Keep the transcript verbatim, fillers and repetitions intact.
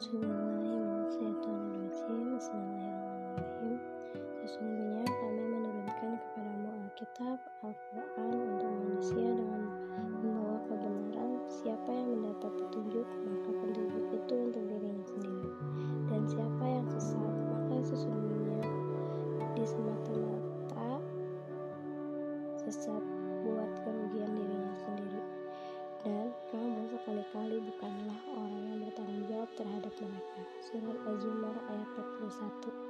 A'udzubillahiminasyaitonirrajim. Bismillahirrahmanirrahim. Sesungguhnya kami menurunkan kepadamu Alkitab, Al-Quran untuk manusia dengan membawa kebenaran. Siapa yang mendapat petunjuk, maka petunjuk itu untuk dirinya sendiri. Dan siapa yang sesat, maka sesungguhnya di semata-mata sesat buat kerugian dirinya sendiri. Dan kamu sekali-kali bukanlah orang yang bertanggung jawab terhadap mereka. Surat Az-Zumar ayat empat puluh satu.